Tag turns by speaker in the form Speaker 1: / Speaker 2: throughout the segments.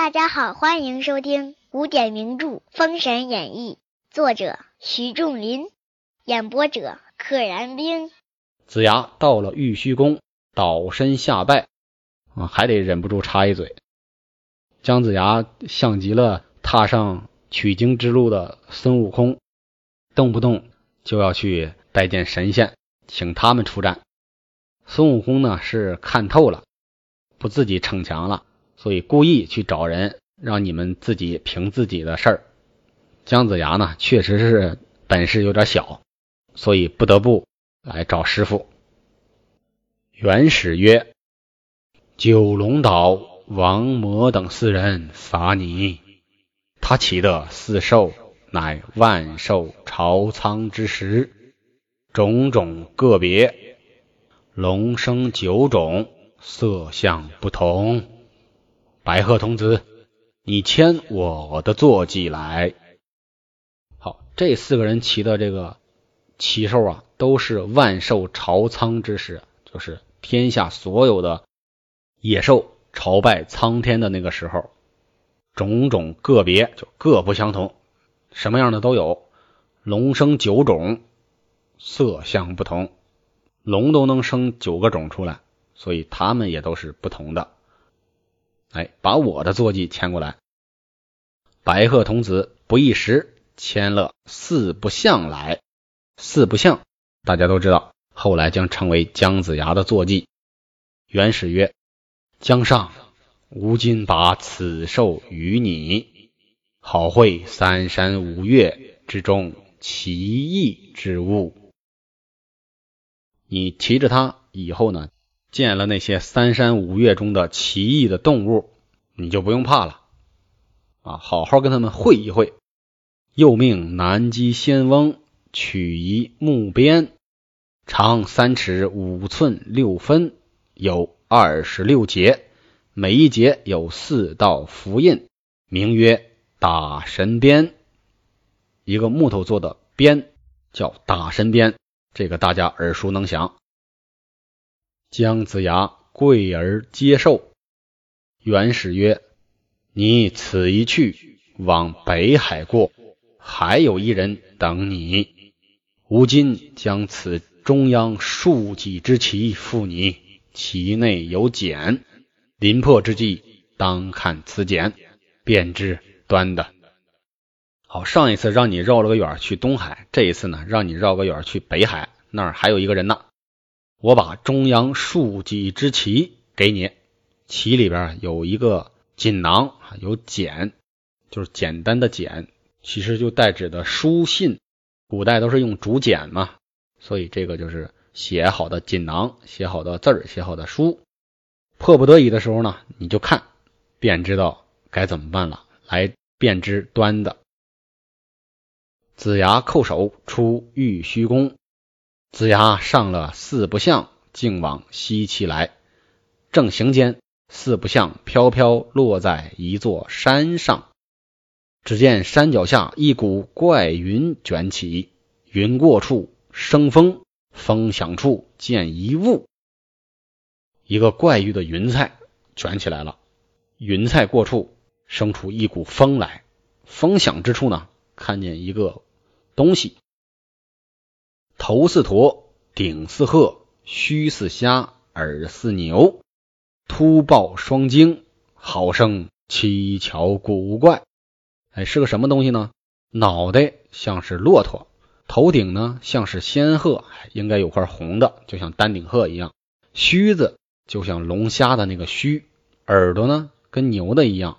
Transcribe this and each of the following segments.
Speaker 1: 大家好，欢迎收听古典名著《封神演义》，作者徐仲林，演播者可燃冰。
Speaker 2: 子牙到了玉虚宫，倒身下拜，还得忍不住插一嘴。姜子牙像极了踏上取经之路的孙悟空，动不动就要去拜见神仙，请他们出战。孙悟空呢是看透了，不自己逞强了，所以故意去找人，让你们自己凭自己的事儿。姜子牙呢确实是本事有点小，所以不得不来找师傅。元始曰：九龙岛王魔等4人伐你，他骑的4兽，乃万兽朝仓之时，种种个别，龙生9种，色相不同。白鹤童子，你牵我的坐骑来。好，这4个人骑的这个骑兽啊，都是万兽朝仓之时，就是天下所有的野兽朝拜苍天的那个时候。种种个别，就各不相同，什么样的都有。龙生9种，色相不同，龙都能生9个种出来，所以他们也都是不同的。把我的坐骑牵过来。白鹤童子不一时牵了4不像来。4不像大家都知道，后来将成为姜子牙的坐骑。元始曰：姜上，吾今把此兽与你，好会3山5岳之中奇异之物。你骑着它以后呢，见了那些3山5岳中的奇异的动物，你就不用怕了好好跟他们会一会。又命南极仙翁取一木鞭，长3尺5寸6分，有26节，每一节有4道符印，名曰打神鞭。一个木头做的鞭叫打神鞭，这个大家耳熟能详。姜子牙跪而接受。元始曰：你此一去，往北海过，还有1人等你。吾今将此中央数戟之旗付你，其内有简，临破之际，当看此简，便知端的。好，上一次让你绕了个远去东海，这一次呢，让你绕个远去北海，那儿还有1个人呢。我把中央数戟之旗给你，旗里边有一个锦囊，有简，就是简单的简，其实就代指的书信，古代都是用竹简嘛，所以这个就是写好的锦囊，写好的字儿，写好的书。迫不得已的时候呢，你就看，便知道该怎么办了，来便知端的。子牙叩首出玉虚宫。子牙上了4不像，径往西岐来。正行间，4不像飘飘落在一座山上。只见山脚下一股怪云卷起，云过处生风，风响处见一物。一个怪异的云彩卷起来了，云彩过处生出一股风来，风响之处呢，看见一个东西，头似驼，顶似鹤，须似虾，耳似牛，突抱双睛，好生蹊跷古怪。是个什么东西呢？脑袋像是骆驼，头顶呢像是仙鹤，应该有块红的，就像丹顶鹤一样，须子就像龙虾的那个须，耳朵呢跟牛的一样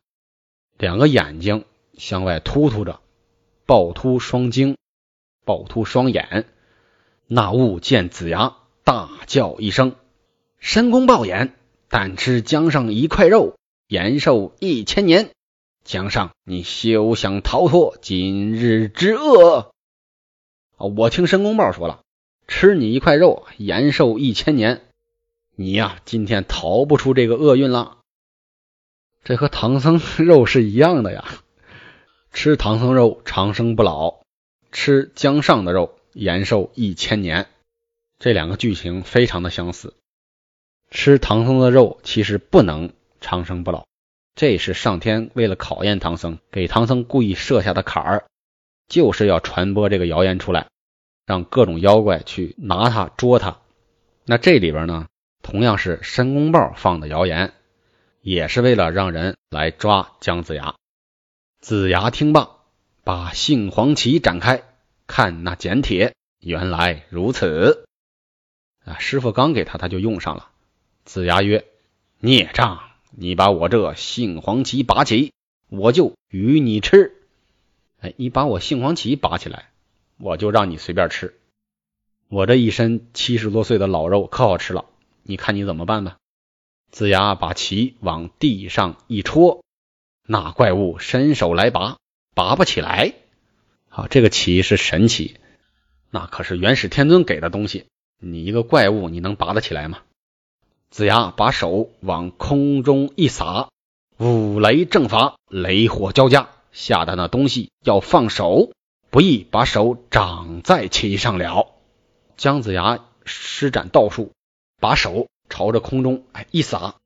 Speaker 2: ，2个眼睛向外突突着，抱突双睛，抱突双眼。那物见子牙，大叫一声：申公豹眼，但吃姜上1块肉，延寿1000年。姜上，你休想逃脱今日之厄。我听申公豹说了，吃你1块肉，延寿1000年，你呀，今天逃不出这个厄运了。这和唐僧肉是一样的呀，吃唐僧肉长生不老，吃姜上的肉延寿1000年，这2个剧情非常的相似。吃唐僧的肉其实不能长生不老， 这是上天为了考验唐僧，给唐僧故意设下的坎儿，就是要传播这个谣言出来，让各种妖怪去拿他捉他。那这里边呢，同样是申公豹放的谣言，也是为了让人来抓姜子牙。子牙听罢，把杏黄旗展开，看那简帖，原来如此。师傅刚给他就用上了。子牙曰：孽障，你把我这杏黄旗拔起，我就与你吃。你把我杏黄旗拔起来，我就让你随便吃。我这一身70多岁的老肉可好吃了，你看你怎么办吧。子牙把旗往地上一戳，那怪物伸手来拔，拔不起来。好，这个旗是神旗，那可是元始天尊给的东西，你一个怪物你能拔得起来吗？子牙把手往空中一撒，五雷正法，雷火交加，吓得那东西要放手，不易把手掌在旗上了。姜子牙施展道术，把手朝着空中一撒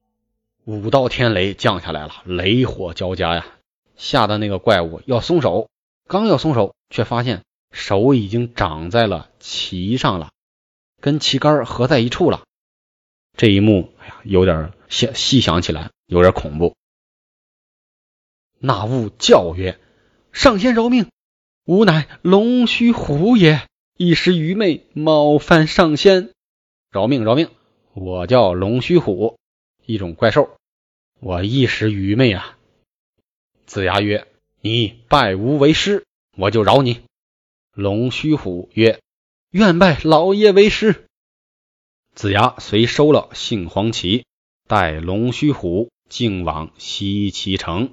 Speaker 2: ，5道天雷降下来了，雷火交加呀，吓得那个怪物要松手，刚要松手，却发现手已经长在了旗上了，跟旗杆合在一处了。这一幕有点细想起来有点恐怖。那物叫曰：上仙饶命，吾乃龙须虎也，一时愚昧，冒犯上仙。饶命饶命，我叫龙须虎，一种怪兽，我一时愚昧啊。子牙曰：你拜吾为师，我就饶你。龙须虎曰：愿拜老爷为师。子牙遂收了杏黄旗，带龙须虎径往西岐城。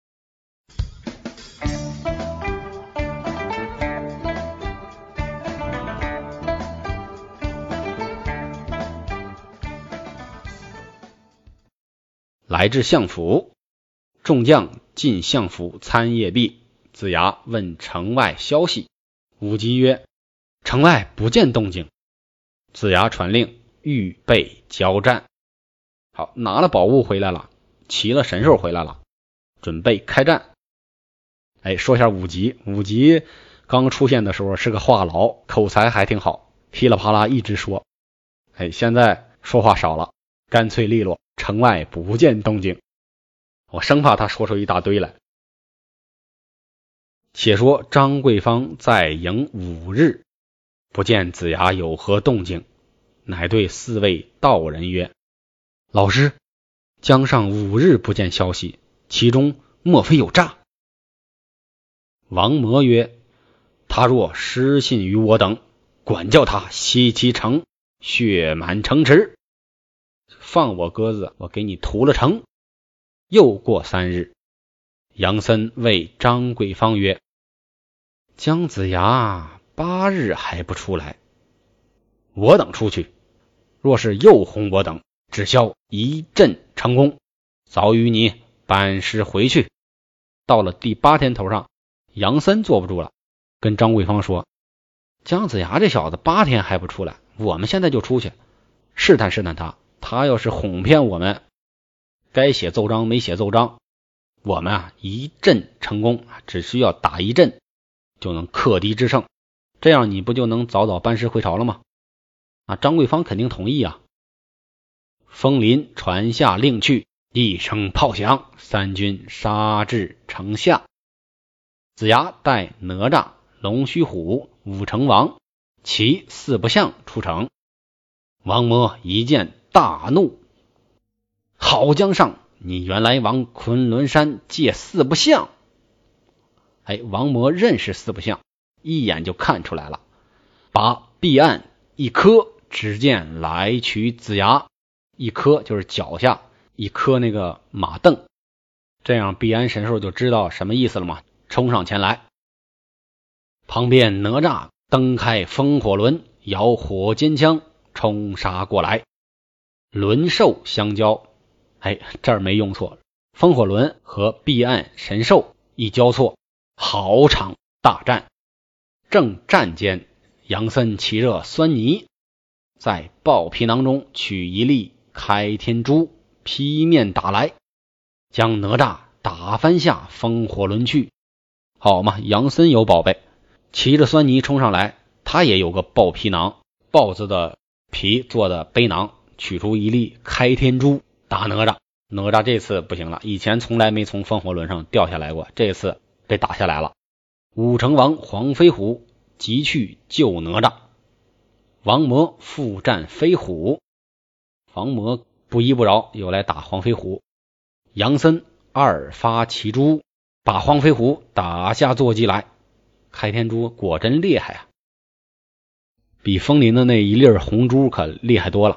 Speaker 2: 来至相府，众将进相府参谒毕，子牙问城外消息。武吉曰：城外不见动静。子牙传令预备交战。好，拿了宝物回来了，骑了神兽回来了，准备开战。说一下武吉，武吉刚出现的时候是个话痨，口才还挺好，噼里啪啦一直说。现在说话少了，干脆利落，城外不见动静。我生怕他说出一大堆来。且说张桂芳在营5日，不见子牙有何动静，乃对4位道人曰：老师，江上5日不见消息，其中莫非有诈？王魔曰：他若失信于我等，管教他西岐城，血满城池，放我鸽子，我给你屠了城。又过3日，杨森谓张桂芳曰：姜子牙8日还不出来，我等出去，若是又轰我等，只消一阵成功，早与你班师回去。到了第8天头上，杨森坐不住了，跟张桂芳说：姜子牙这小子8天还不出来，我们现在就出去试探试探他，他要是哄骗我们，该写奏章没写奏章，我们一阵成功，只需要打一阵就能克敌制胜，这样你不就能早早班师回朝了吗？张桂芳肯定同意啊。枫林传下令去，一声炮响，3军杀至城下。子牙带哪吒、龙须虎、武成王其4部相出城。王魔一见大怒：好江上，你原来往昆仑山借4部相。王魔认识4部相，一眼就看出来了，把臂案一磕，只见来取子牙，一磕就是脚下一磕那个马镫，这样臂安神兽就知道什么意思了嘛，冲上前来。旁边哪吒蹬开风火轮，摇火尖枪冲杀过来，轮兽相交。这儿没用错，风火轮和臂案神兽一交错，好场大战。正战间，杨森骑着酸泥，在豹皮囊中取一粒开天珠，劈面打来。 将哪吒打翻下风火轮去。好嘛，杨森有宝贝，骑着酸泥冲上来，他也有个豹皮囊，豹子的皮做的背囊，取出一粒开天珠打哪吒。哪吒这次不行了，以前从来没从风火轮上掉下来过，这次被打下来了。武成王黄飞虎急去救哪吒，王魔复战飞虎，王魔不依不饶，又来打黄飞虎。杨森二发奇珠，把黄飞虎打下坐骑来。开天珠果真厉害啊，比风林的那一粒红珠可厉害多了。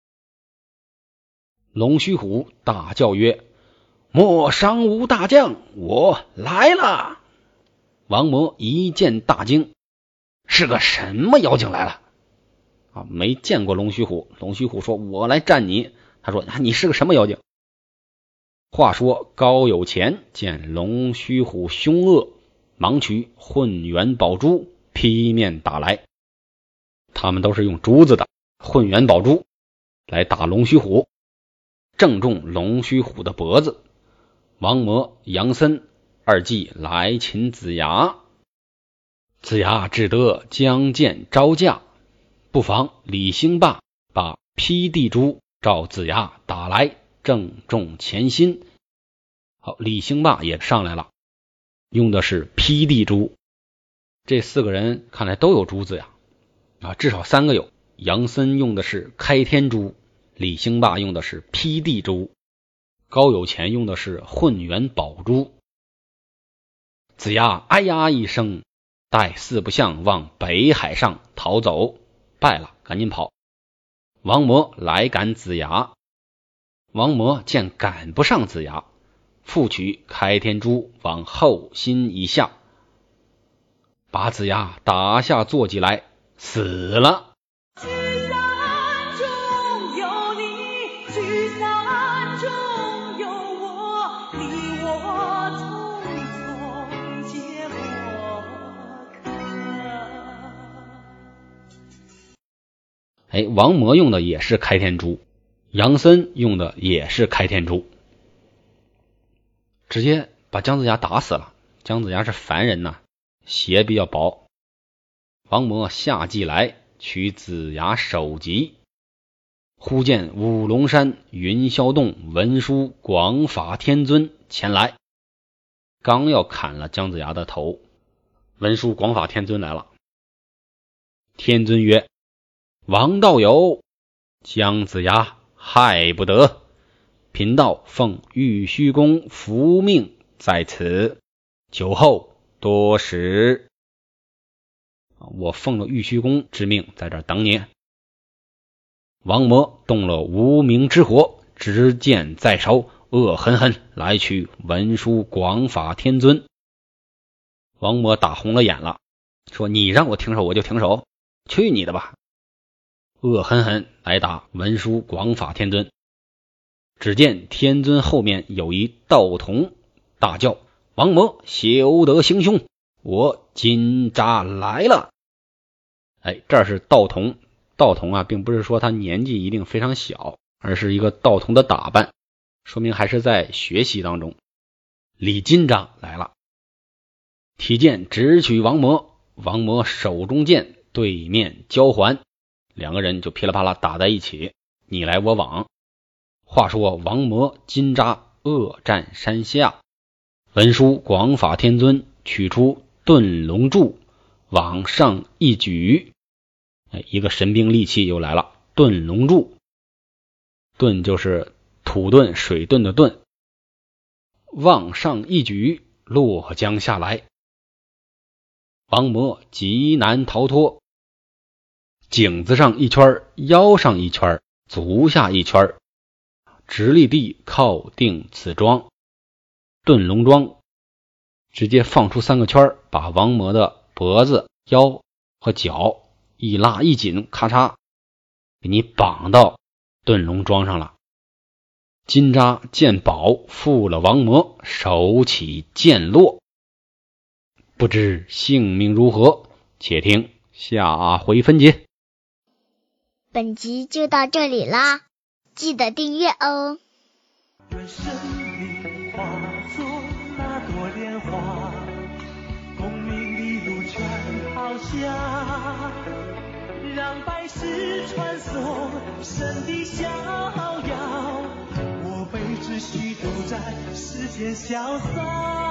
Speaker 2: 龙须虎大叫曰：莫伤吾大将，我来了！王魔一见大惊，是个什么妖精来了？没见过龙须虎。龙须虎说：我来战你。他说：你是个什么妖精？话说高有钱见龙须虎凶恶，忙取混元宝珠劈面打来。他们都是用珠子的混元宝珠来打龙须虎，正中龙须虎的脖子。王魔、杨森二计来擒子牙，子牙只得将剑招架，不妨李兴霸把劈地珠照子牙打来，正中前心。好，李兴霸也上来了，用的是劈地珠。这四个人看来都有珠子呀，至少3个有。杨森用的是开天珠，李兴霸用的是劈地珠，高有钱用的是混元宝珠。子牙哎呀一声，带四不像往北海上逃走，败了，赶紧跑。王魔来赶子牙，王魔见赶不上子牙，复取开天珠往后心一下，把子牙打下坐骑来，死了。王魔用的也是开天珠，杨森用的也是开天珠，直接把姜子牙打死了。姜子牙是凡人呐，血比较薄。王魔下计来取子牙首级，忽见五龙山云霄洞文殊广法天尊前来，刚要砍了姜子牙的头，文殊广法天尊来了。天尊曰：王道友，姜子牙害不得，贫道奉玉虚宫福命在此，酒后多时。我奉了玉虚宫之命在这儿等你。王魔动了无名之火，执剑在手，恶狠狠来取文殊广法天尊。王魔打红了眼了，说：你让我停手我就停手，去你的吧！恶狠狠来打文殊广法天尊。只见天尊后面有一道童，大叫：王魔休得行凶，我金吒来了。这是道童。道童并不是说他年纪一定非常小，而是一个道童的打扮，说明还是在学习当中。李金吒来了，提剑直取王魔，王魔手中剑对面交还，两个人就噼里啪啦打在一起，你来我往。话说王魔金吒恶战山下，文殊广法天尊取出遁龙柱往上一举，一个神兵利器又来了，遁龙柱。遁就是土遁水遁的遁，往上一举落将下来，王魔极难逃脱，颈子上一圈，腰上一圈，足下一圈，直立地靠定此桩。遁龙桩直接放出3个圈，把王魔的脖子、腰和脚一拉一紧，咔嚓给你绑到遁龙桩上了。金吒见宝负了王魔，手起剑落，不知性命如何，且听下回分解。
Speaker 1: 本集就到这里啦，记得订阅哦。
Speaker 3: 愿生命下，让百世传颂神的逍遥，我辈只需独在世间潇洒。